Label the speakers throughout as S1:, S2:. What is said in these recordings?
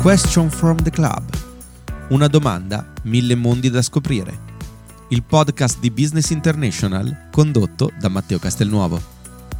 S1: Question from the Club. Una domanda, 1000 mondi da scoprire. Il podcast di Business International condotto da Matteo Castelnuovo.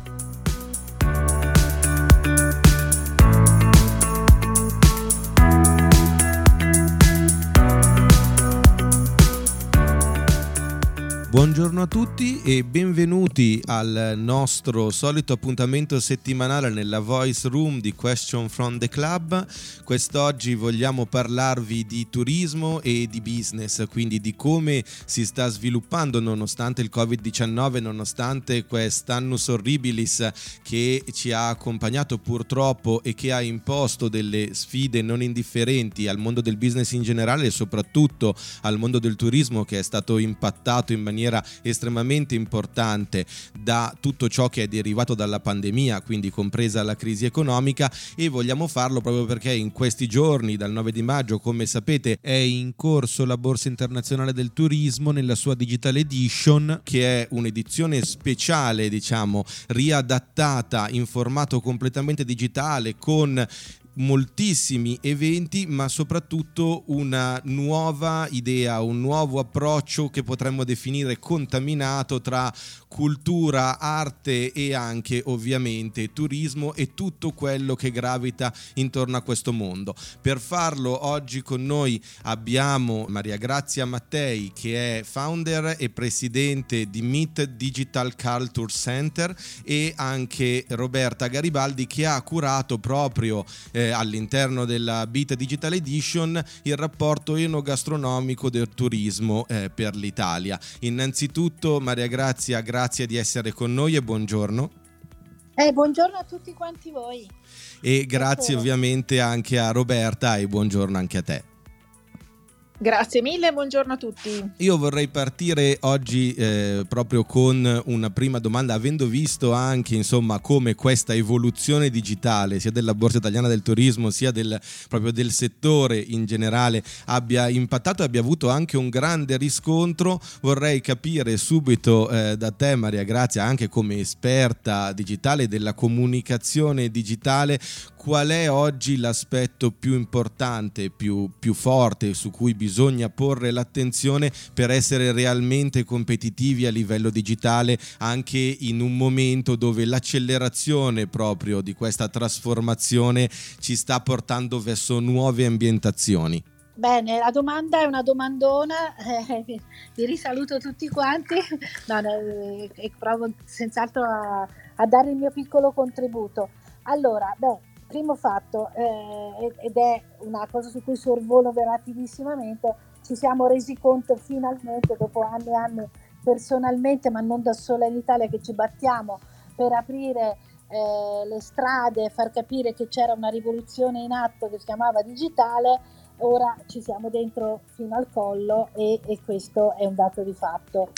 S1: Buongiorno a tutti e benvenuti al nostro solito appuntamento settimanale nella Voice Room di Question from the Club. Quest'oggi vogliamo parlarvi di turismo e di business, quindi di come si sta sviluppando nonostante il Covid-19, nonostante quest'annus horribilis che ci ha accompagnato purtroppo e che ha imposto delle sfide non indifferenti al mondo del business in generale e soprattutto al mondo del turismo, che è stato impattato in maniera estremamente importante da tutto ciò che è derivato dalla pandemia, quindi compresa la crisi economica. E vogliamo farlo proprio perché in questi giorni, dal 9 di maggio, come sapete, è in corso la Borsa Internazionale del Turismo nella sua Digital Edition, che è un'edizione speciale, riadattata in formato completamente digitale, con moltissimi eventi, ma soprattutto una nuova idea, un nuovo approccio che potremmo definire contaminato tra cultura, arte e anche ovviamente turismo e tutto quello che gravita intorno a questo mondo. Per farlo oggi con noi abbiamo Maria Grazia Mattei, che è founder e presidente di MIT Digital Culture Center, e anche Roberta Garibaldi, che ha curato proprio all'interno della BIT Digital Edition il rapporto enogastronomico del turismo per l'Italia. Innanzitutto Maria Grazia, grazie di essere con noi e buongiorno.
S2: Buongiorno a tutti quanti voi.
S1: E grazie ovviamente anche a Roberta e buongiorno anche a te.
S3: Grazie mille, buongiorno a tutti.
S1: Io vorrei partire oggi proprio con una prima domanda, avendo visto anche come questa evoluzione digitale sia della Borsa Italiana del Turismo sia proprio del settore in generale abbia impattato e abbia avuto anche un grande riscontro. Vorrei capire subito da te, Maria Grazia, anche come esperta digitale della comunicazione digitale, qual è oggi l'aspetto più importante, più forte, su cui bisogna porre l'attenzione per essere realmente competitivi a livello digitale, anche in un momento dove l'accelerazione proprio di questa trasformazione ci sta portando verso nuove ambientazioni?
S2: Bene, la domanda è una domandona, vi risaluto tutti quanti, e provo senz'altro a dare il mio piccolo contributo. Allora, primo fatto, ed è una cosa su cui sorvolo rapidissimamente, ci siamo resi conto finalmente, dopo anni e anni personalmente, ma non da sola in Italia, che ci battiamo per aprire le strade, far capire che c'era una rivoluzione in atto che si chiamava digitale. Ora ci siamo dentro fino al collo e questo è un dato di fatto.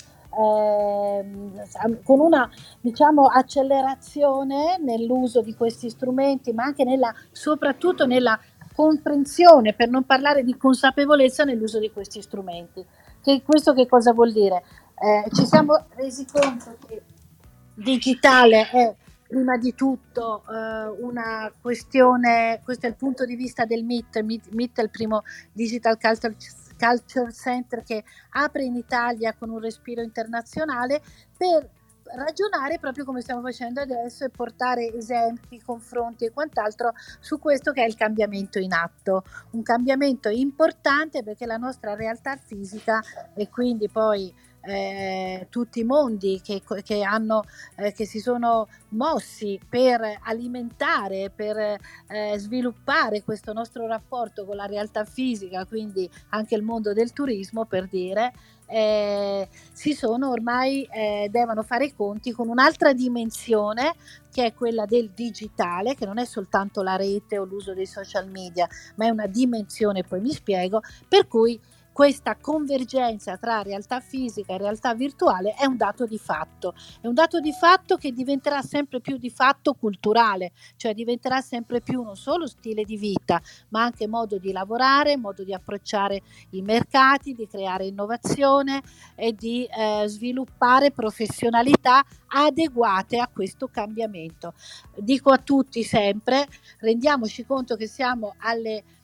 S2: Con una accelerazione nell'uso di questi strumenti, ma anche soprattutto nella comprensione, per non parlare di consapevolezza nell'uso di questi strumenti. Questo che cosa vuol dire? Ci siamo resi conto che digitale è prima di tutto una questione. Questo è il punto di vista del MIT. MIT è il primo Digital Culture Center che apre in Italia con un respiro internazionale per ragionare proprio come stiamo facendo adesso e portare esempi, confronti e quant'altro su questo che è il cambiamento in atto, un cambiamento importante, perché la nostra realtà fisica e quindi poi tutti i mondi che si sono mossi per alimentare, per sviluppare questo nostro rapporto con la realtà fisica, quindi anche il mondo del turismo, per dire, si sono ormai devono fare i conti con un'altra dimensione, che è quella del digitale, che non è soltanto la rete o l'uso dei social media, ma è una dimensione, poi mi spiego, per cui questa convergenza tra realtà fisica e realtà virtuale è un dato di fatto. È un dato di fatto che diventerà sempre più di fatto culturale, cioè diventerà sempre più non solo stile di vita, ma anche modo di lavorare, modo di approcciare i mercati, di creare innovazione e di sviluppare professionalità adeguate a questo cambiamento. Dico a tutti sempre, rendiamoci conto che siamo alle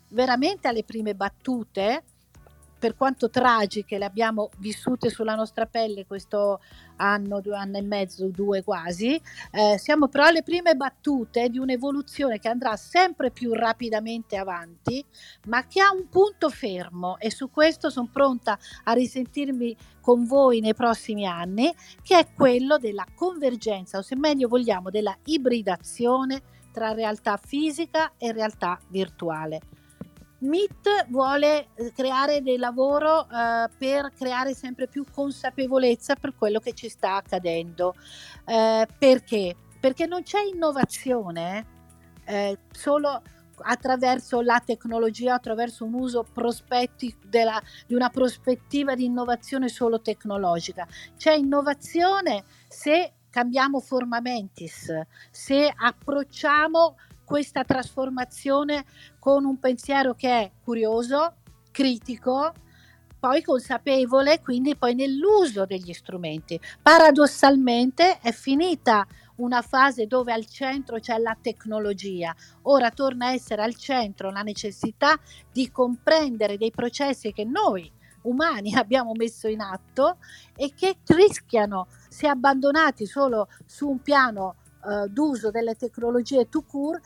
S2: veramente alle prime battute, per quanto tragiche le abbiamo vissute sulla nostra pelle questo anno, 2 anni e mezzo, 2 quasi, siamo però alle prime battute di un'evoluzione che andrà sempre più rapidamente avanti, ma che ha un punto fermo, e su questo son pronta a risentirmi con voi nei prossimi anni, che è quello della convergenza, o se meglio vogliamo della ibridazione tra realtà fisica e realtà virtuale. Meet vuole creare del lavoro per creare sempre più consapevolezza per quello che ci sta accadendo. Perché? Perché non c'è innovazione solo attraverso la tecnologia, attraverso un uso di una prospettiva di innovazione solo tecnologica. C'è innovazione se cambiamo forma mentis, se approcciamo questa trasformazione con un pensiero che è curioso, critico, poi consapevole, quindi poi nell'uso degli strumenti. Paradossalmente è finita una fase dove al centro c'è la tecnologia, ora torna a essere al centro la necessità di comprendere dei processi che noi umani abbiamo messo in atto e che rischiano, se abbandonati solo su un piano d'uso delle tecnologie tout court,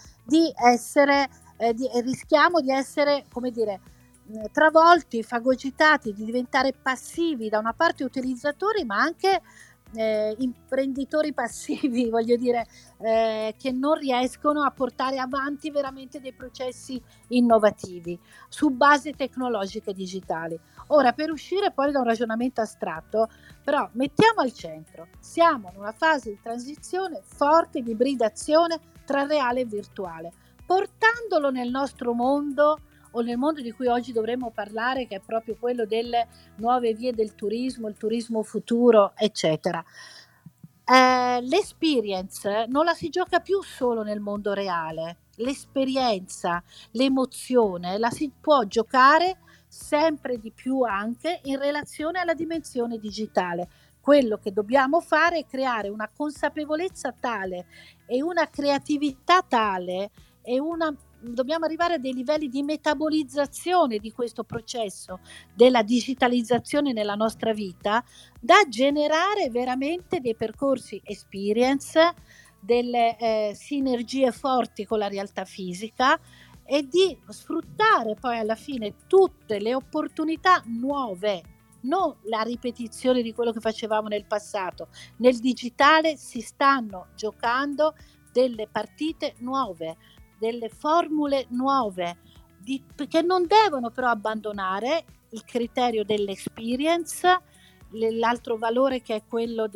S2: rischiamo di essere, come dire, travolti, fagocitati, di diventare passivi, da una parte utilizzatori ma anche imprenditori passivi, voglio dire, che non riescono a portare avanti veramente dei processi innovativi su base tecnologiche digitali. Ora, per uscire poi da un ragionamento astratto, però mettiamo al centro, siamo in una fase di transizione forte, di ibridazione tra reale e virtuale, portandolo nel nostro mondo, o nel mondo di cui oggi dovremmo parlare, che è proprio quello delle nuove vie del turismo, il turismo futuro, eccetera. L'experience non la si gioca più solo nel mondo reale, l'esperienza, l'emozione la si può giocare sempre di più anche in relazione alla dimensione digitale. Quello che dobbiamo fare è creare una consapevolezza tale e una creatività tale e dobbiamo arrivare a dei livelli di metabolizzazione di questo processo della digitalizzazione nella nostra vita, da generare veramente dei percorsi experience, delle sinergie forti con la realtà fisica, e di sfruttare poi alla fine tutte le opportunità nuove, non la ripetizione di quello che facevamo nel passato. Nel digitale si stanno giocando delle partite nuove, delle formule nuove, che non devono però abbandonare il criterio dell'experience, l'altro valore che è quello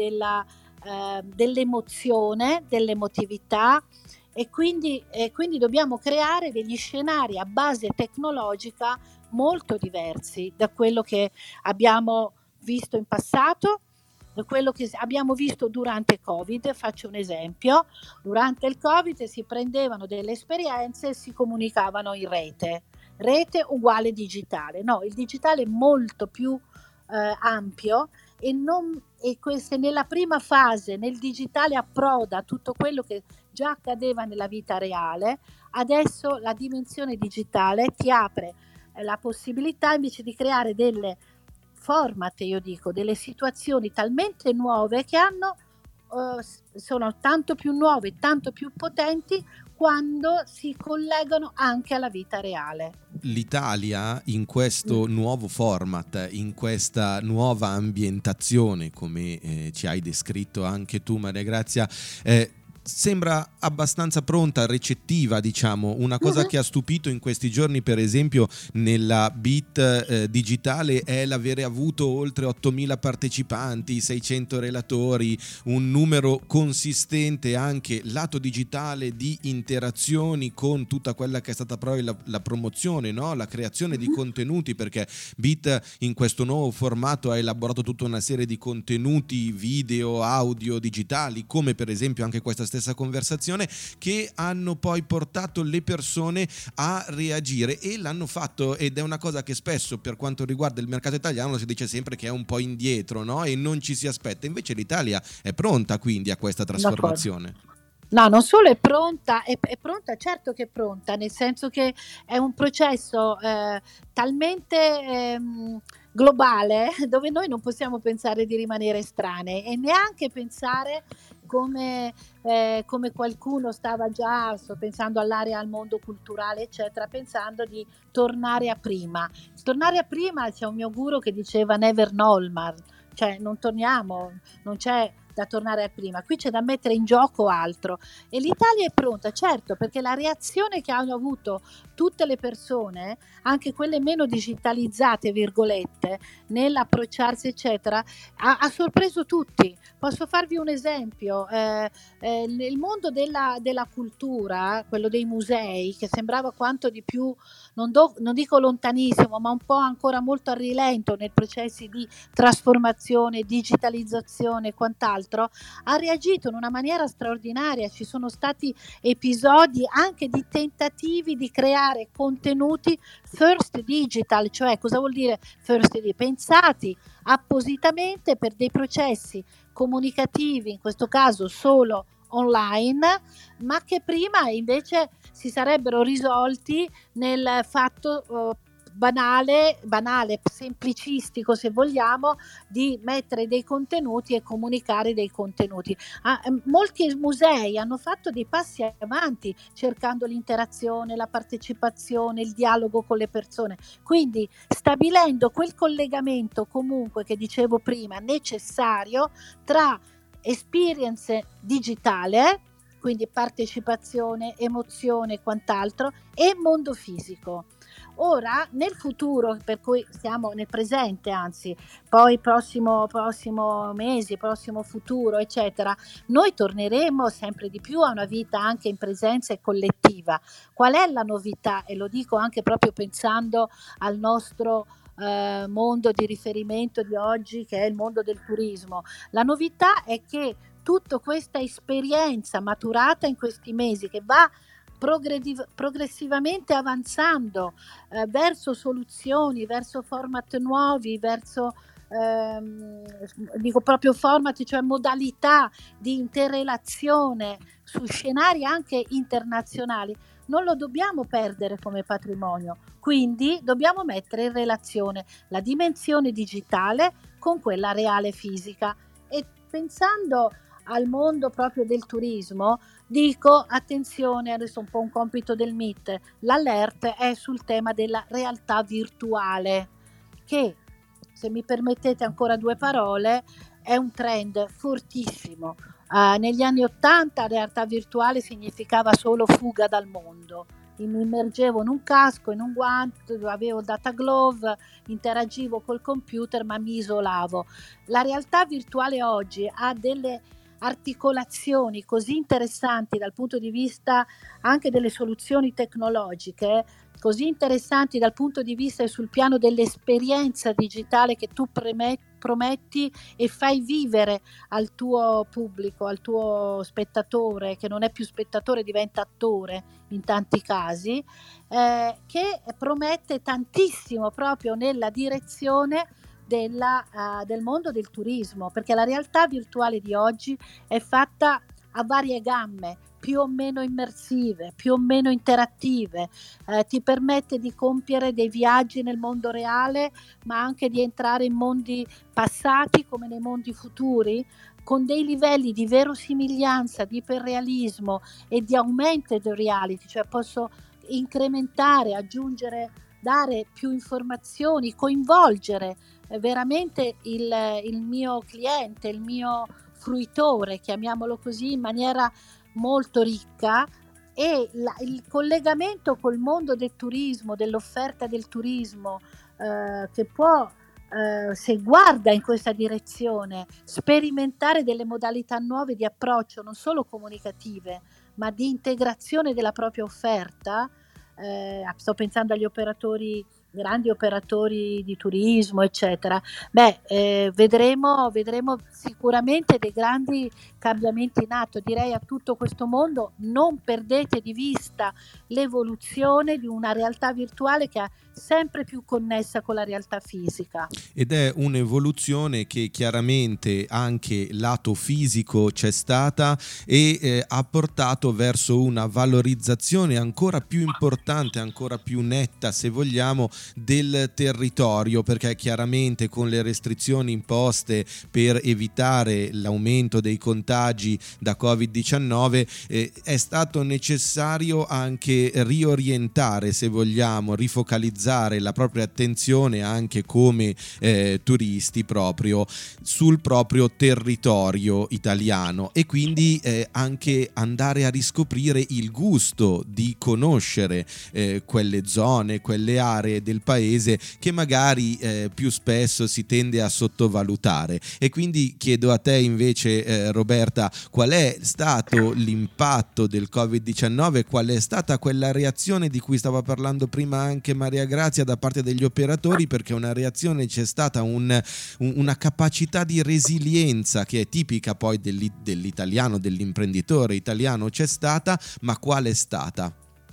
S2: dell'emozione, dell'emotività, e quindi dobbiamo creare degli scenari a base tecnologica molto diversi da quello che abbiamo visto in passato, da quello che abbiamo visto durante Covid. Faccio un esempio: durante il Covid si prendevano delle esperienze e si comunicavano in rete uguale digitale. No, il digitale è molto più ampio, e se nella prima fase nel digitale approda tutto quello che già accadeva nella vita reale, adesso la dimensione digitale ti apre la possibilità invece di creare delle format, io dico, delle situazioni talmente nuove che sono tanto più nuove, tanto più potenti quando si collegano anche alla vita reale.
S1: L'Italia in questo nuovo format, in questa nuova ambientazione, come ci hai descritto anche tu, Maria Grazia, sembra abbastanza pronta, recettiva, diciamo. Una cosa che ha stupito in questi giorni, per esempio nella Beat digitale, è l'avere avuto oltre 8.000 partecipanti, 600 relatori, un numero consistente anche lato digitale di interazioni con tutta quella che è stata poi la promozione, no? La creazione di contenuti, perché Beat in questo nuovo formato ha elaborato tutta una serie di contenuti video, audio, digitali, come per esempio anche questa stessa conversazione, che hanno poi portato le persone a reagire, e l'hanno fatto, ed è una cosa che spesso per quanto riguarda il mercato italiano si dice sempre che è un po' indietro, no? E non ci si aspetta. Invece l'Italia è pronta quindi a questa trasformazione.
S2: No, non solo è pronta, è pronta, certo che è pronta, nel senso che è un processo talmente globale dove noi non possiamo pensare di rimanere estranei e neanche pensare come qualcuno stava già, sto pensando all'area, al mondo culturale, eccetera, pensando di tornare a prima. Tornare a prima, c'è un mio guru che diceva never normal, cioè non torniamo, non c'è da tornare a prima, qui c'è da mettere in gioco altro e l'Italia è pronta, certo, perché la reazione che hanno avuto tutte le persone, anche quelle meno digitalizzate, virgolette, nell'approcciarsi, eccetera, ha sorpreso tutti. Posso farvi un esempio, nel mondo della cultura, quello dei musei, che sembrava quanto di più, non dico lontanissimo, ma un po' ancora molto a rilento nei processi di trasformazione, digitalizzazione e quant'altro, ha reagito in una maniera straordinaria. Ci sono stati episodi anche di tentativi di creare contenuti first digital, cioè cosa vuol dire first digital? Pensati appositamente per dei processi comunicativi, in questo caso solo online, ma che prima invece si sarebbero risolti nel fatto banale, semplicistico se vogliamo, di mettere dei contenuti e comunicare dei contenuti. Molti musei hanno fatto dei passi avanti cercando l'interazione, la partecipazione, il dialogo con le persone, quindi stabilendo quel collegamento comunque che dicevo prima necessario tra experience digitale, quindi partecipazione, emozione e quant'altro, e mondo fisico. Ora, nel futuro, per cui siamo nel presente, anzi, poi prossimo mesi, prossimo futuro, eccetera, noi torneremo sempre di più a una vita anche in presenza e collettiva. Qual è la novità? E lo dico anche proprio pensando al nostro mondo di riferimento di oggi, che è il mondo del turismo. La novità è che tutta questa esperienza maturata in questi mesi, che va progressivamente avanzando verso soluzioni, verso format nuovi, verso dico proprio format, cioè modalità di interrelazione su scenari anche internazionali, non lo dobbiamo perdere come patrimonio. Quindi dobbiamo mettere in relazione la dimensione digitale con quella reale fisica. E pensando al mondo proprio del turismo, dico attenzione, adesso un po' un compito del MIT, l'alert è sul tema della realtà virtuale, che, se mi permettete ancora due parole, è un trend fortissimo. Negli anni '80 realtà virtuale significava solo fuga dal mondo. Mi immergevo in un casco, in un guanto, avevo il data glove, interagivo col computer, ma mi isolavo. La realtà virtuale oggi ha delle articolazioni così interessanti dal punto di vista anche delle soluzioni tecnologiche, così interessanti dal punto di vista e sul piano dell'esperienza digitale che tu prometti e fai vivere al tuo pubblico, al tuo spettatore, che non è più spettatore, diventa attore in tanti casi, che promette tantissimo proprio nella direzione del mondo del turismo, perché la realtà virtuale di oggi è fatta a varie gamme, più o meno immersive, più o meno interattive, ti permette di compiere dei viaggi nel mondo reale, ma anche di entrare in mondi passati come nei mondi futuri, con dei livelli di verosimiglianza, di iperrealismo e di augmented reality, cioè posso incrementare, aggiungere, dare più informazioni, coinvolgere veramente il mio cliente, il mio fruitore, chiamiamolo così, in maniera molto ricca, e il collegamento col mondo del turismo, dell'offerta del turismo, che può, se guarda in questa direzione, sperimentare delle modalità nuove di approccio, non solo comunicative, ma di integrazione della propria offerta. Sto pensando agli operatori grandi operatori di turismo, eccetera. Vedremo sicuramente dei grandi cambiamenti in atto. Direi a tutto questo mondo: non perdete di vista l'evoluzione di una realtà virtuale che è sempre più connessa con la realtà fisica.
S1: Ed è un'evoluzione che chiaramente anche lato fisico c'è stata e ha portato verso una valorizzazione ancora più importante, ancora più netta, se vogliamo, del territorio, perché chiaramente con le restrizioni imposte per evitare l'aumento dei contagi da Covid-19 è stato necessario anche riorientare, se vogliamo, rifocalizzare la propria attenzione anche come turisti proprio sul proprio territorio italiano, e quindi anche andare a riscoprire il gusto di conoscere quelle zone, quelle aree del paese che magari più spesso si tende a sottovalutare. E quindi chiedo a te invece, Roberta, qual è stato l'impatto del Covid-19, qual è stata quella reazione di cui stava parlando prima anche Maria Grazia da parte degli operatori, perché una reazione c'è stata, una capacità di resilienza che è tipica poi dell'italiano, dell'imprenditore italiano, c'è stata, ma qual è stata?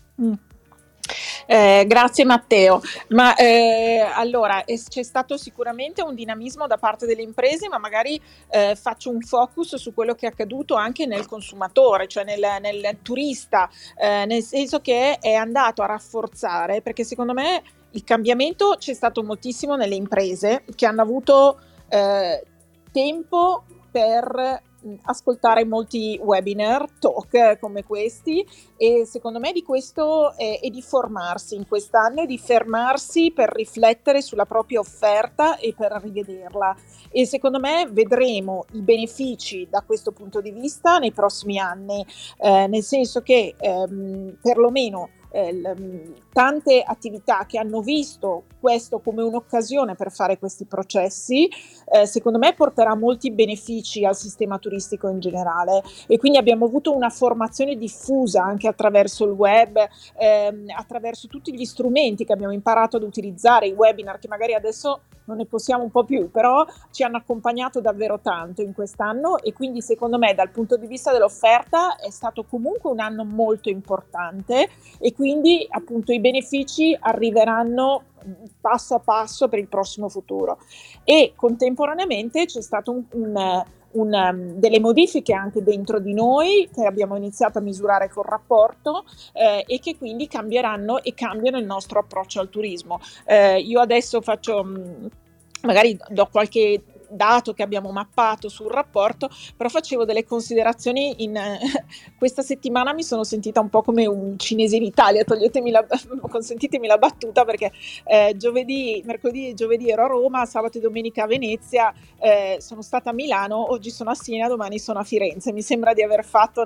S3: Grazie Matteo, allora c'è stato sicuramente un dinamismo da parte delle imprese, ma magari faccio un focus su quello che è accaduto anche nel consumatore, cioè nel turista, nel senso che è andato a rafforzare, perché secondo me il cambiamento c'è stato moltissimo nelle imprese che hanno avuto tempo per ascoltare molti webinar, talk come questi, e secondo me di questo e di formarsi in quest'anno e di fermarsi per riflettere sulla propria offerta e per rivederla, e secondo me vedremo i benefici da questo punto di vista nei prossimi anni, nel senso che perlomeno tante attività che hanno visto questo come un'occasione per fare questi processi, secondo me porterà molti benefici al sistema turistico in generale, e quindi abbiamo avuto una formazione diffusa anche attraverso il web, attraverso tutti gli strumenti che abbiamo imparato ad utilizzare, i webinar che magari adesso non ne possiamo un po' più, però ci hanno accompagnato davvero tanto in quest'anno, e quindi secondo me dal punto di vista dell'offerta è stato comunque un anno molto importante, e quindi appunto i benefici arriveranno passo a passo per il prossimo futuro. E contemporaneamente c'è stato delle modifiche anche dentro di noi che abbiamo iniziato a misurare col rapporto, e che quindi cambieranno e cambiano il nostro approccio al turismo. Io adesso magari do qualche dato che abbiamo mappato sul rapporto, però facevo delle considerazioni questa settimana mi sono sentita un po' come un cinese in Italia, consentitemi la battuta, perché mercoledì e giovedì ero a Roma, sabato e domenica a Venezia, sono stata a Milano, oggi sono a Siena, domani sono a Firenze. Mi sembra di aver fatto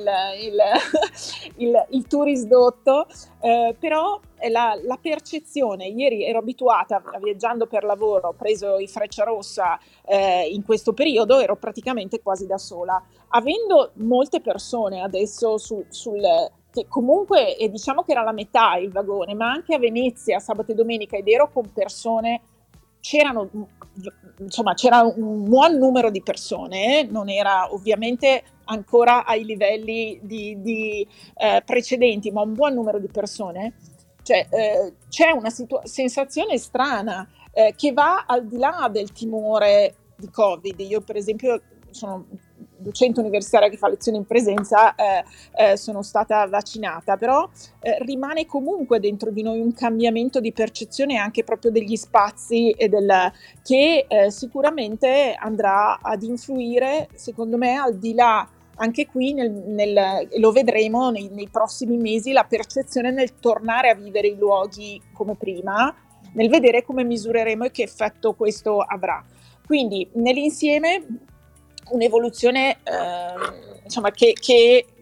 S3: il tourisdotto, però la percezione, ieri ero abituata, viaggiando per lavoro, ho preso i Frecciarossa in questo periodo, ero praticamente quasi da sola, avendo molte persone adesso che comunque diciamo che era la metà il vagone, ma anche a Venezia sabato e domenica, ed ero con persone, c'era un buon numero di persone, non era ovviamente ancora ai livelli di precedenti, ma un buon numero di persone. Cioè, c'è una sensazione strana che va al di là del timore di Covid. Io per esempio sono docente universitaria che fa lezioni in presenza, sono stata vaccinata, però rimane comunque dentro di noi un cambiamento di percezione anche proprio degli spazi e che sicuramente andrà ad influire, secondo me, al di là. Anche qui lo vedremo nei prossimi mesi, la percezione nel tornare a vivere i luoghi come prima, nel vedere come misureremo e che effetto questo avrà. Quindi nell'insieme un'evoluzione che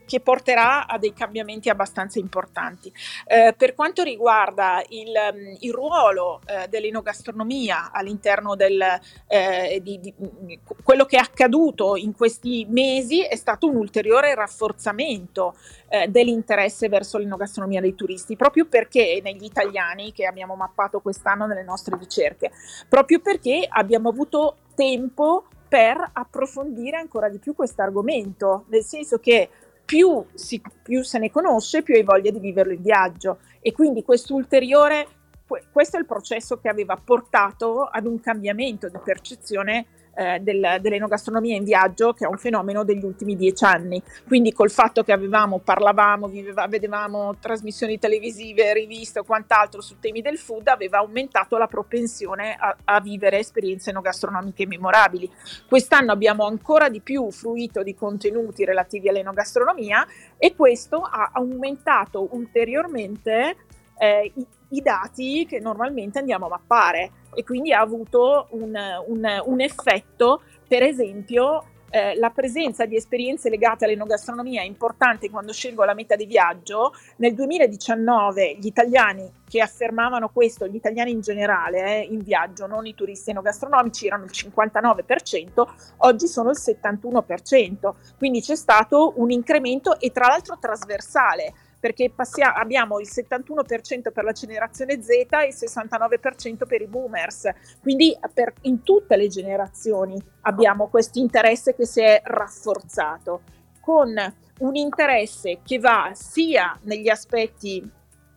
S3: che porterà a dei cambiamenti abbastanza importanti. Per quanto riguarda il ruolo dell'enogastronomia all'interno di quello che è accaduto in questi mesi, è stato un ulteriore rafforzamento dell'interesse verso l'enogastronomia dei turisti, proprio perché negli italiani, che abbiamo mappato quest'anno nelle nostre ricerche, proprio perché abbiamo avuto tempo per approfondire ancora di più questo argomento, nel senso che più se ne conosce, più hai voglia di viverlo in viaggio, e quindi questo è il processo che aveva portato ad un cambiamento di percezione dell'enogastronomia in viaggio, che è un fenomeno degli ultimi 10 anni. Quindi col fatto che parlavamo, vedevamo trasmissioni televisive, riviste o quant'altro su temi del food, aveva aumentato la propensione a vivere esperienze enogastronomiche memorabili. Quest'anno abbiamo ancora di più fruito di contenuti relativi all'enogastronomia, e questo ha aumentato ulteriormente i dati che normalmente andiamo a mappare, e quindi ha avuto un effetto. Per esempio, la presenza di esperienze legate all'enogastronomia è importante quando scelgo la meta di viaggio. Nel 2019 gli italiani che affermavano questo, gli italiani in generale in viaggio, non i turisti enogastronomici, erano il 59%, oggi sono il 71%, quindi c'è stato un incremento, e tra l'altro trasversale, perché abbiamo il 71% per la generazione Z e il 69% per i boomers, quindi in tutte le generazioni abbiamo questo interesse che si è rafforzato, con un interesse che va sia negli aspetti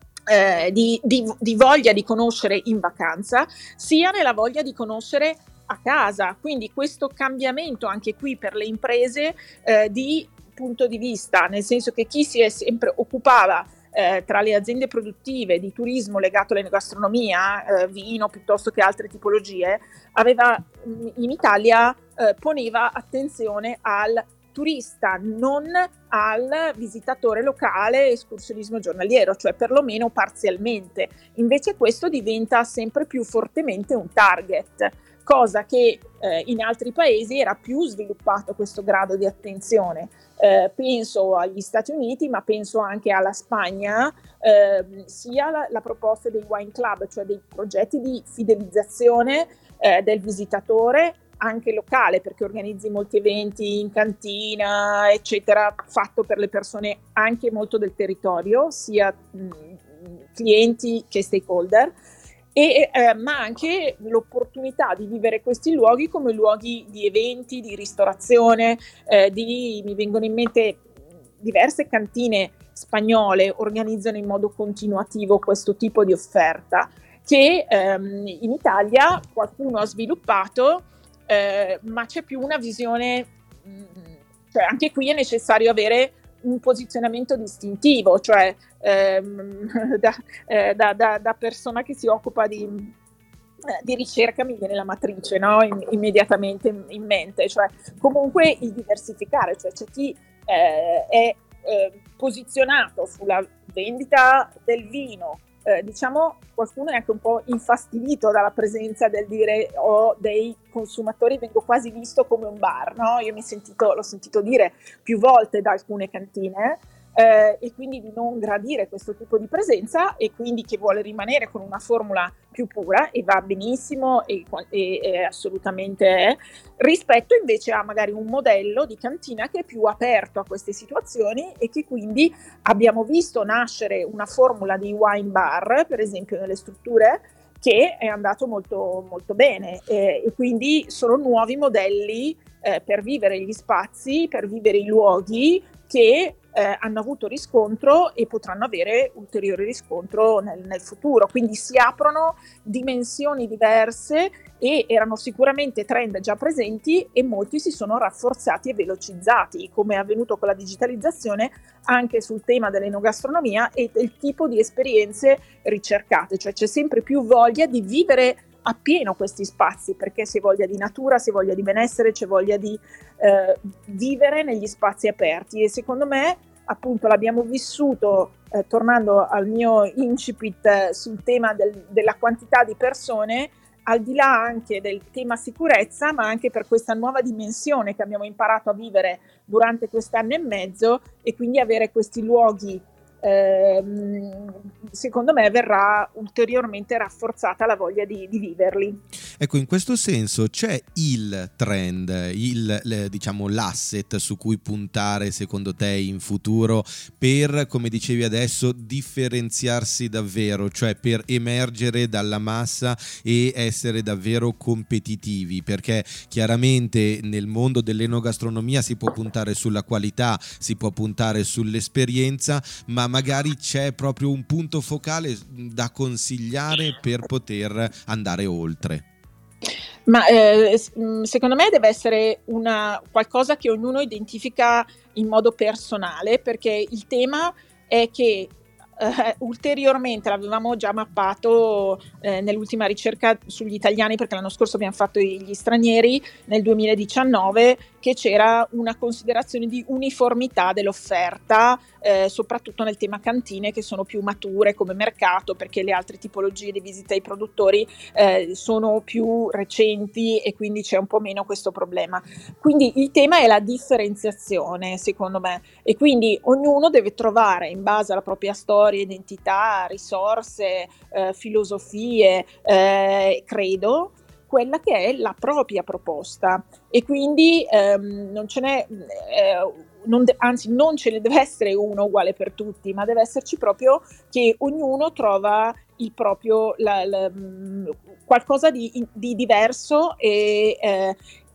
S3: di voglia di conoscere in vacanza, sia nella voglia di conoscere a casa. Quindi questo cambiamento anche qui per le imprese di punto di vista, nel senso che chi si è sempre occupava tra le aziende produttive di turismo legato all'enogastronomia, vino piuttosto che altre tipologie, in Italia poneva attenzione al turista, non al visitatore locale, escursionismo giornaliero, cioè perlomeno parzialmente. Invece questo diventa sempre più fortemente un target, cosa che in altri paesi era più sviluppato questo grado di attenzione. Penso agli Stati Uniti, ma penso anche alla Spagna, sia la proposta dei wine club, cioè dei progetti di fidelizzazione del visitatore anche locale, perché organizzi molti eventi in cantina, eccetera, fatto per le persone anche molto del territorio, sia clienti che stakeholder, ma anche l'opportunità di vivere questi luoghi come luoghi di eventi, di ristorazione, mi vengono in mente diverse cantine spagnole organizzano in modo continuativo questo tipo di offerta, che in Italia qualcuno ha sviluppato, ma c'è più una visione, cioè anche qui è necessario avere un posizionamento distintivo, cioè da persona che si occupa di ricerca mi viene la matrice, no? Immediatamente in mente, cioè comunque il diversificare, cioè c'è chi è posizionato sulla vendita del vino, diciamo qualcuno è anche un po' infastidito dalla presenza del dire dei consumatori, vengo quasi visto come un bar, no? Io l'ho sentito dire più volte da alcune cantine, e quindi di non gradire questo tipo di presenza, e quindi che vuole rimanere con una formula più pura, e va benissimo e assolutamente è, rispetto invece a magari un modello di cantina che è più aperto a queste situazioni, e che quindi abbiamo visto nascere una formula di wine bar, per esempio nelle strutture, che è andato molto, molto bene, e quindi sono nuovi modelli per vivere gli spazi, per vivere i luoghi che hanno avuto riscontro e potranno avere ulteriore riscontro nel futuro. Quindi si aprono dimensioni diverse, e erano sicuramente trend già presenti, e molti si sono rafforzati e velocizzati, come è avvenuto con la digitalizzazione anche sul tema dell'enogastronomia e del tipo di esperienze ricercate, cioè c'è sempre più voglia di vivere appieno questi spazi, perché c'è voglia di natura, c'è voglia di benessere, c'è voglia di vivere negli spazi aperti, e secondo me appunto l'abbiamo vissuto, tornando al mio incipit sul tema della quantità di persone, al di là anche del tema sicurezza, ma anche per questa nuova dimensione che abbiamo imparato a vivere durante quest'anno e mezzo, e quindi avere questi luoghi, secondo me verrà ulteriormente rafforzata la voglia di viverli.
S1: Ecco, in questo senso c'è il trend, diciamo l'asset su cui puntare secondo te in futuro per, come dicevi adesso, differenziarsi davvero, cioè per emergere dalla massa e essere davvero competitivi, perché chiaramente nel mondo dell'enogastronomia si può puntare sulla qualità, si può puntare sull'esperienza, ma magari c'è proprio un punto focale da consigliare per poter andare oltre.
S3: Ma secondo me deve essere qualcosa che ognuno identifica in modo personale, perché il tema è che ulteriormente l'avevamo già mappato nell'ultima ricerca sugli italiani, perché l'anno scorso abbiamo fatto gli stranieri nel 2019, che c'era una considerazione di uniformità dell'offerta, soprattutto nel tema cantine, che sono più mature come mercato, perché le altre tipologie di visita ai produttori sono più recenti e quindi c'è un po' meno questo problema. Quindi il tema è la differenziazione, secondo me, e quindi ognuno deve trovare, in base alla propria storia, identità, risorse, filosofie, credo, quella che è la propria proposta, e quindi non ce n'è, anzi non ce ne deve essere uno uguale per tutti, ma deve esserci proprio che ognuno trova il proprio qualcosa di diverso, e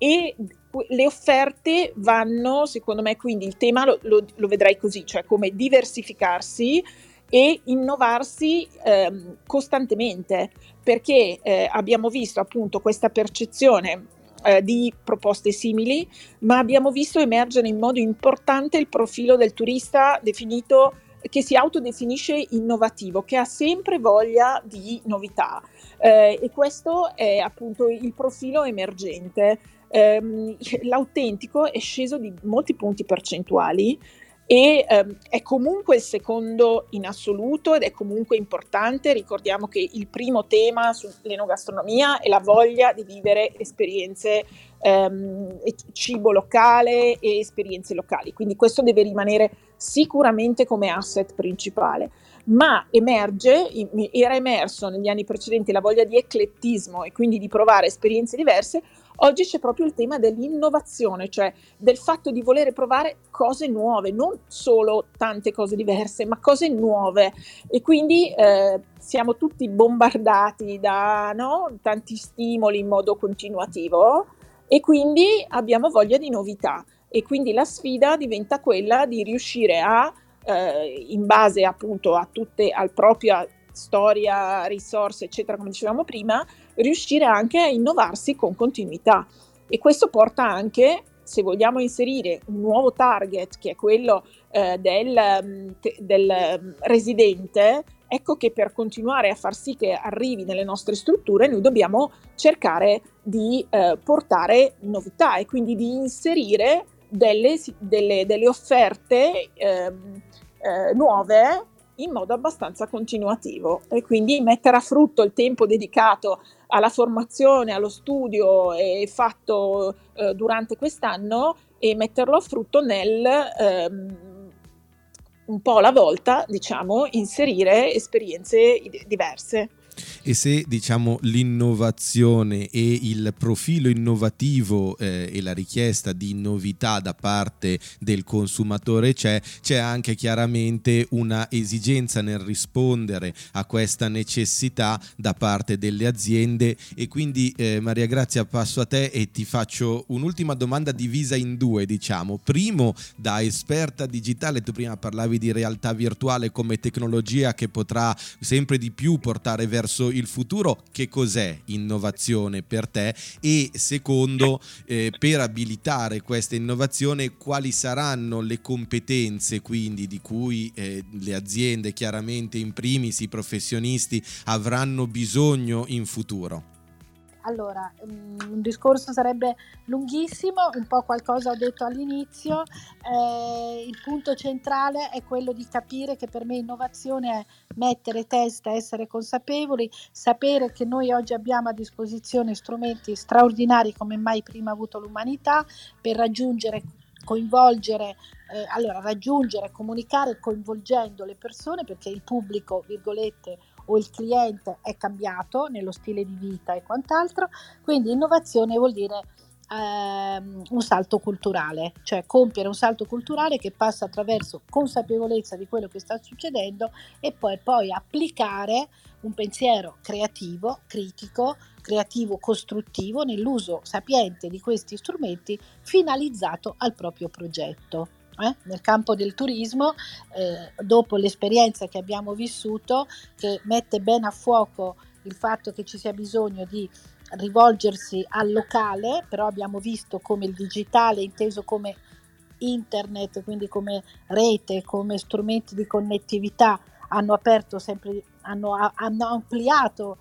S3: le offerte vanno, secondo me, quindi il tema lo vedrai così, cioè come diversificarsi e innovarsi costantemente, perché abbiamo visto appunto questa percezione di proposte simili, ma abbiamo visto emergere in modo importante il profilo del turista definito, che si autodefinisce innovativo, che ha sempre voglia di novità, e questo è appunto il profilo emergente. L'autentico è sceso di molti punti percentuali e è comunque il secondo in assoluto, ed è comunque importante. Ricordiamo che il primo tema sull'enogastronomia è la voglia di vivere esperienze, cibo locale e esperienze locali, quindi questo deve rimanere sicuramente come asset principale. Ma era emerso negli anni precedenti la voglia di eclettismo e quindi di provare esperienze diverse. Oggi c'è proprio il tema dell'innovazione, cioè del fatto di voler provare cose nuove, non solo tante cose diverse, ma cose nuove, e quindi siamo tutti bombardati da tanti stimoli in modo continuativo, e quindi abbiamo voglia di novità, e quindi la sfida diventa quella di riuscire a in base appunto al propria storia, risorse, eccetera, come dicevamo prima, riuscire anche a innovarsi con continuità. E questo porta anche, se vogliamo inserire un nuovo target, che è quello del residente, ecco che per continuare a far sì che arrivi nelle nostre strutture noi dobbiamo cercare di portare novità, e quindi di inserire delle offerte nuove in modo abbastanza continuativo, e quindi mettere a frutto il tempo dedicato alla formazione, allo studio e fatto durante quest'anno, e metterlo a frutto nel un po' alla volta, diciamo, inserire esperienze diverse.
S1: E se diciamo l'innovazione e il profilo innovativo e la richiesta di novità da parte del consumatore c'è anche chiaramente una esigenza nel rispondere a questa necessità da parte delle aziende. E quindi Maria Grazia, passo a te e ti faccio un'ultima domanda divisa in due, diciamo. Primo, da esperta digitale, tu prima parlavi di realtà virtuale come tecnologia che potrà sempre di più portare verso il futuro. Che cos'è innovazione per te? E secondo, per abilitare questa innovazione, quali saranno le competenze quindi di cui le aziende, chiaramente in primis i professionisti, avranno bisogno in futuro?
S2: Allora, un discorso sarebbe lunghissimo, un po' qualcosa ho detto all'inizio. Il punto centrale è quello di capire che per me innovazione è mettere testa, essere consapevoli, sapere che noi oggi abbiamo a disposizione strumenti straordinari come mai prima ha avuto l'umanità per raggiungere, comunicare coinvolgendo le persone, perché il pubblico, virgolette, o il cliente è cambiato nello stile di vita e quant'altro. Quindi innovazione vuol dire un salto culturale, cioè compiere un salto culturale che passa attraverso consapevolezza di quello che sta succedendo e poi applicare un pensiero creativo, critico, creativo, costruttivo nell'uso sapiente di questi strumenti finalizzato al proprio progetto. Nel campo del turismo, dopo l'esperienza che abbiamo vissuto, che mette bene a fuoco il fatto che ci sia bisogno di rivolgersi al locale, però abbiamo visto come il digitale inteso come internet, quindi come rete, come strumenti di connettività, hanno ampliato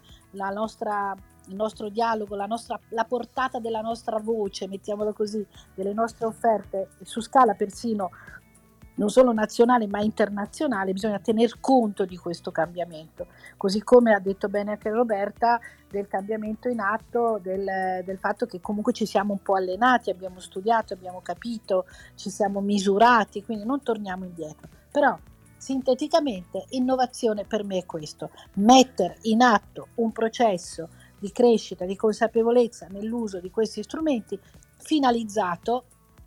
S2: il nostro dialogo, la portata della nostra voce, mettiamolo così, delle nostre offerte su scala persino non solo nazionale ma internazionale. Bisogna tener conto di questo cambiamento, così come ha detto bene anche Roberta, del cambiamento in atto, del fatto che comunque ci siamo un po' allenati, abbiamo studiato, abbiamo capito, ci siamo misurati, quindi non torniamo indietro. Però sinteticamente innovazione per me è questo: mettere in atto un processo di crescita, di consapevolezza nell'uso di questi strumenti finalizzato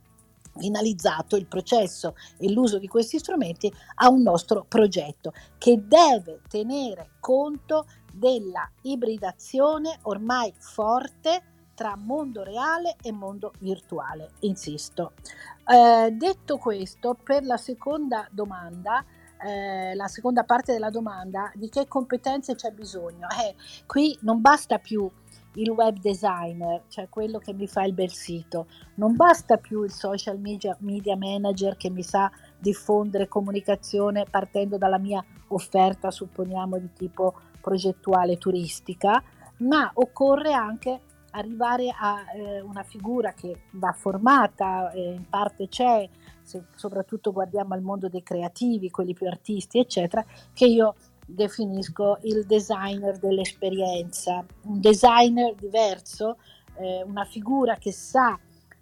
S2: il processo e l'uso di questi strumenti a un nostro progetto che deve tenere conto della ibridazione ormai forte tra mondo reale e mondo virtuale, insisto. Detto questo, per la seconda domanda, la seconda parte della domanda, di che competenze c'è bisogno? Qui non basta più il web designer, cioè quello che mi fa il bel sito, non basta più il social media manager che mi sa diffondere comunicazione partendo dalla mia offerta, supponiamo di tipo progettuale turistica, ma occorre anche arrivare a una figura che va formata, in parte c'è, soprattutto guardiamo al mondo dei creativi, quelli più artisti eccetera, che io definisco il designer dell'esperienza, un designer diverso, una figura che sa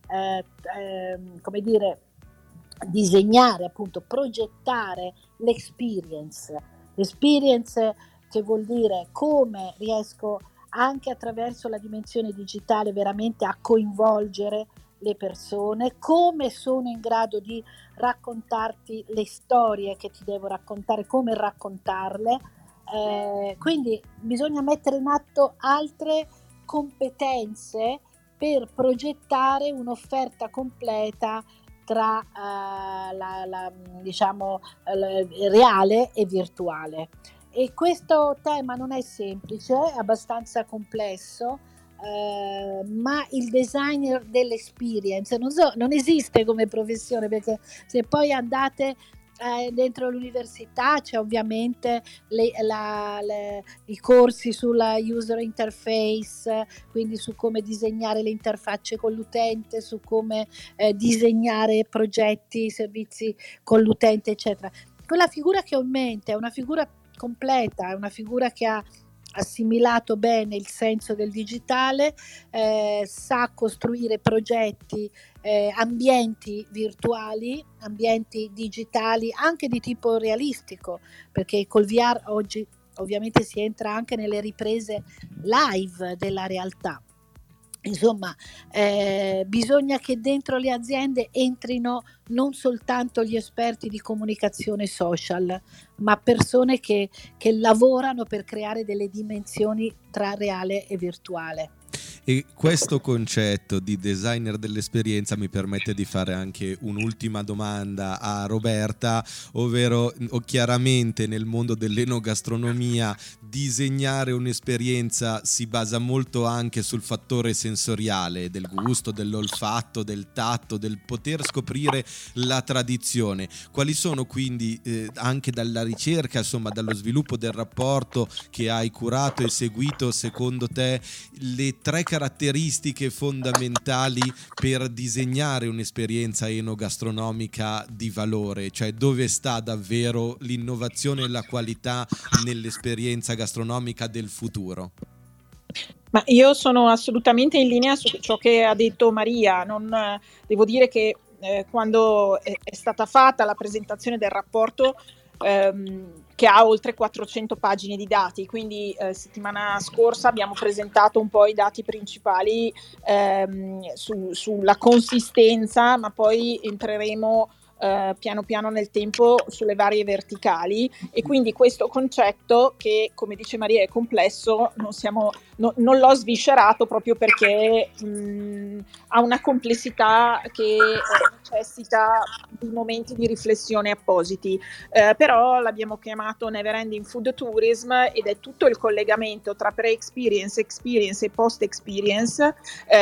S2: come dire, disegnare, appunto progettare l'experience che vuol dire come riesco anche attraverso la dimensione digitale veramente a coinvolgere le persone, come sono in grado di raccontarti le storie che ti devo raccontare, come raccontarle, quindi bisogna mettere in atto altre competenze per progettare un'offerta completa tra reale e virtuale. E questo tema non è semplice, è abbastanza complesso, ma il designer dell'experience non esiste come professione, perché se poi andate dentro l'università c'è ovviamente i corsi sulla user interface, quindi su come disegnare le interfacce con l'utente, su come disegnare progetti, servizi con l'utente eccetera. Quella figura che ho in mente è una figura completa, è una figura che ha assimilato bene il senso del digitale, sa costruire progetti, ambienti virtuali, ambienti digitali anche di tipo realistico, perché col VR oggi ovviamente si entra anche nelle riprese live della realtà. Insomma, bisogna che dentro le aziende entrino non soltanto gli esperti di comunicazione social, ma persone che lavorano per creare delle dimensioni tra reale e virtuale.
S1: E questo concetto di designer dell'esperienza mi permette di fare anche un'ultima domanda a Roberta, ovvero chiaramente nel mondo dell'enogastronomia disegnare un'esperienza si basa molto anche sul fattore sensoriale, del gusto, dell'olfatto, del tatto, del poter scoprire la tradizione. Quali sono quindi anche dalla ricerca, insomma dallo sviluppo del rapporto che hai curato e seguito, secondo te le 3 caratteristiche fondamentali per disegnare un'esperienza enogastronomica di valore, cioè dove sta davvero l'innovazione e la qualità nell'esperienza gastronomica del futuro?
S3: Ma io sono assolutamente in linea su ciò che ha detto Maria. Devo dire che quando è stata fatta la presentazione del rapporto, che ha oltre 400 pagine di dati, quindi settimana scorsa abbiamo presentato un po' i dati principali sulla consistenza, ma poi entreremo piano piano nel tempo sulle varie verticali, e quindi questo concetto, che come dice Maria è complesso, non l'ho sviscerato proprio perché ha una complessità che necessita di momenti di riflessione appositi, però l'abbiamo chiamato Never Ending Food Tourism, ed è tutto il collegamento tra pre-experience, experience e post-experience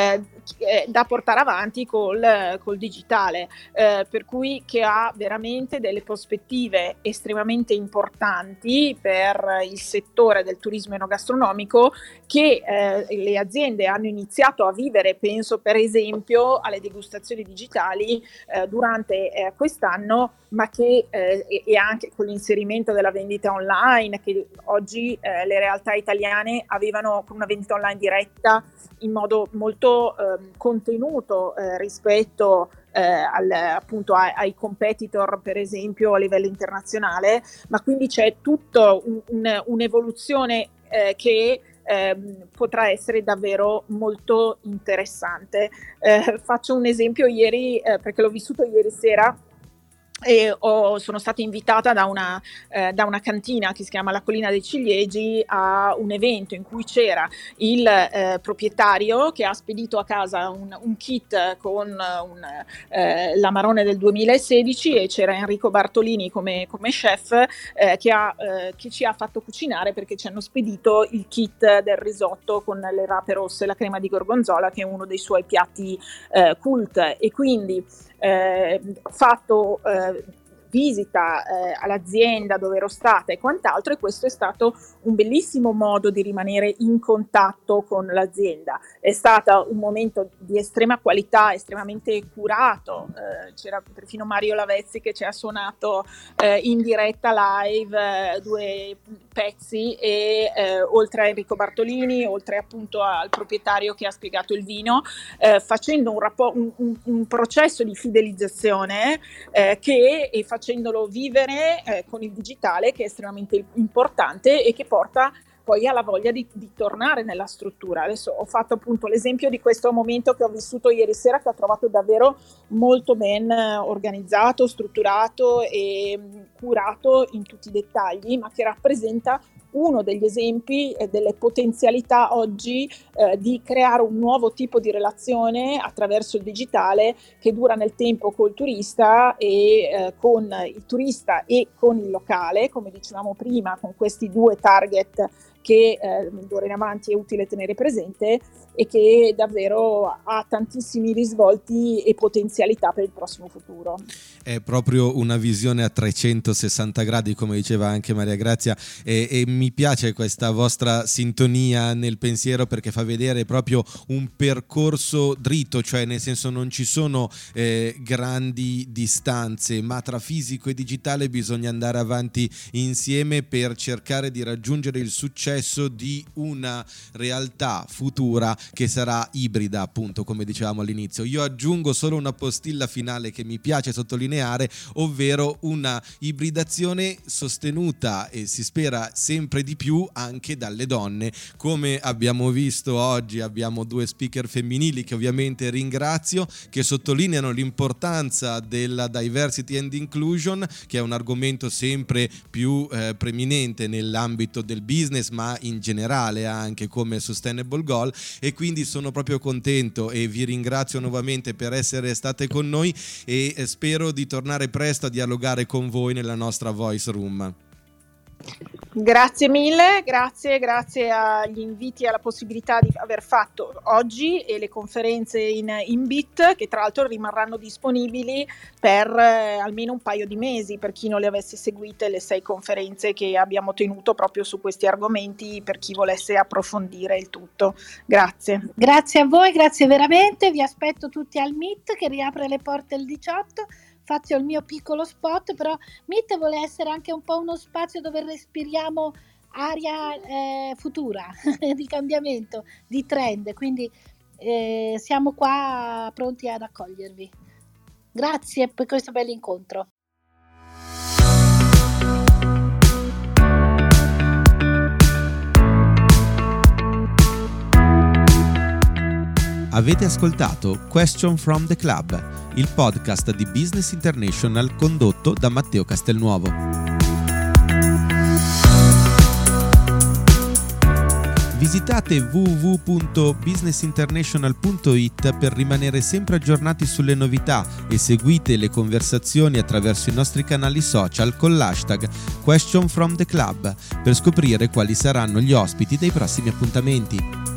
S3: da portare avanti col digitale, per cui che ha veramente delle prospettive estremamente importanti per il settore del turismo enogastronomico, che le aziende hanno iniziato a vivere. Penso per esempio alle degustazioni digitali durante quest'anno, ma che e anche con l'inserimento della vendita online, che oggi le realtà italiane avevano con una vendita online diretta in modo molto contenuto rispetto appunto ai competitor, per esempio a livello internazionale, ma quindi c'è tutto un'evoluzione che potrà essere davvero molto interessante. Faccio un esempio: ieri, perché l'ho vissuto ieri sera, e sono stata invitata da una cantina che si chiama La Collina dei Ciliegi a un evento in cui c'era il proprietario che ha spedito a casa un kit con l'Amarone del 2016, e c'era Enrico Bartolini come chef che ci ha fatto cucinare, perché ci hanno spedito il kit del risotto con le rape rosse e la crema di gorgonzola, che è uno dei suoi piatti cult. E quindi fatto visita all'azienda dove ero stata e quant'altro, e questo è stato un bellissimo modo di rimanere in contatto con l'azienda. È stato un momento di estrema qualità, estremamente curato, c'era perfino Mario Lavezzi che ci ha suonato in diretta live 2 pezzi, e oltre a Enrico Bartolini, oltre appunto al proprietario che ha spiegato il vino, facendo un processo di fidelizzazione e facendolo vivere con il digitale, che è estremamente importante e che porta poi alla voglia di tornare nella struttura. Adesso ho fatto appunto l'esempio di questo momento che ho vissuto ieri sera, che ho trovato davvero molto ben organizzato, strutturato e curato in tutti i dettagli, ma che rappresenta uno degli esempi e delle potenzialità oggi di creare un nuovo tipo di relazione attraverso il digitale, che dura nel tempo col turista e con il turista e con il locale, come dicevamo prima, con questi 2 target che d'ora in avanti è utile tenere presente, e che davvero ha tantissimi risvolti e potenzialità per il prossimo futuro.
S1: È proprio una visione a 360 gradi, come diceva anche Maria Grazia, e mi piace questa vostra sintonia nel pensiero, perché fa vedere proprio un percorso dritto, cioè nel senso non ci sono grandi distanze, ma tra fisico e digitale bisogna andare avanti insieme per cercare di raggiungere il successo di una realtà futura che sarà ibrida, appunto, come dicevamo all'inizio. Io aggiungo solo una postilla finale che mi piace sottolineare, ovvero una ibridazione sostenuta, e si spera sempre di più, anche dalle donne. Come abbiamo visto oggi, abbiamo 2 speaker femminili che ovviamente ringrazio, che sottolineano l'importanza della diversity and inclusion, che è un argomento sempre più preminente nell'ambito del business, ma ma in generale anche come Sustainable Goal, e quindi sono proprio contento e vi ringrazio nuovamente per essere state con noi e spero di tornare presto a dialogare con voi nella nostra Voice Room.
S3: Grazie mille, grazie agli inviti e alla possibilità di aver fatto oggi e le conferenze in BIT, che tra l'altro rimarranno disponibili per almeno un paio di mesi per chi non le avesse seguite, le 6 conferenze che abbiamo tenuto proprio su questi argomenti, per chi volesse approfondire il tutto. Grazie.
S2: Grazie a voi, grazie veramente, vi aspetto tutti al Meet che riapre le porte il 18. Faccio il mio piccolo spot, però Meet vuole essere anche un po' uno spazio dove respiriamo aria futura, di cambiamento, di trend, quindi siamo qua pronti ad accogliervi. Grazie per questo bel incontro.
S1: Avete ascoltato Question from the Club, il podcast di Business International condotto da Matteo Castelnuovo. Visitate www.businessinternational.it per rimanere sempre aggiornati sulle novità e seguite le conversazioni attraverso i nostri canali social con l'hashtag Question from the Club per scoprire quali saranno gli ospiti dei prossimi appuntamenti.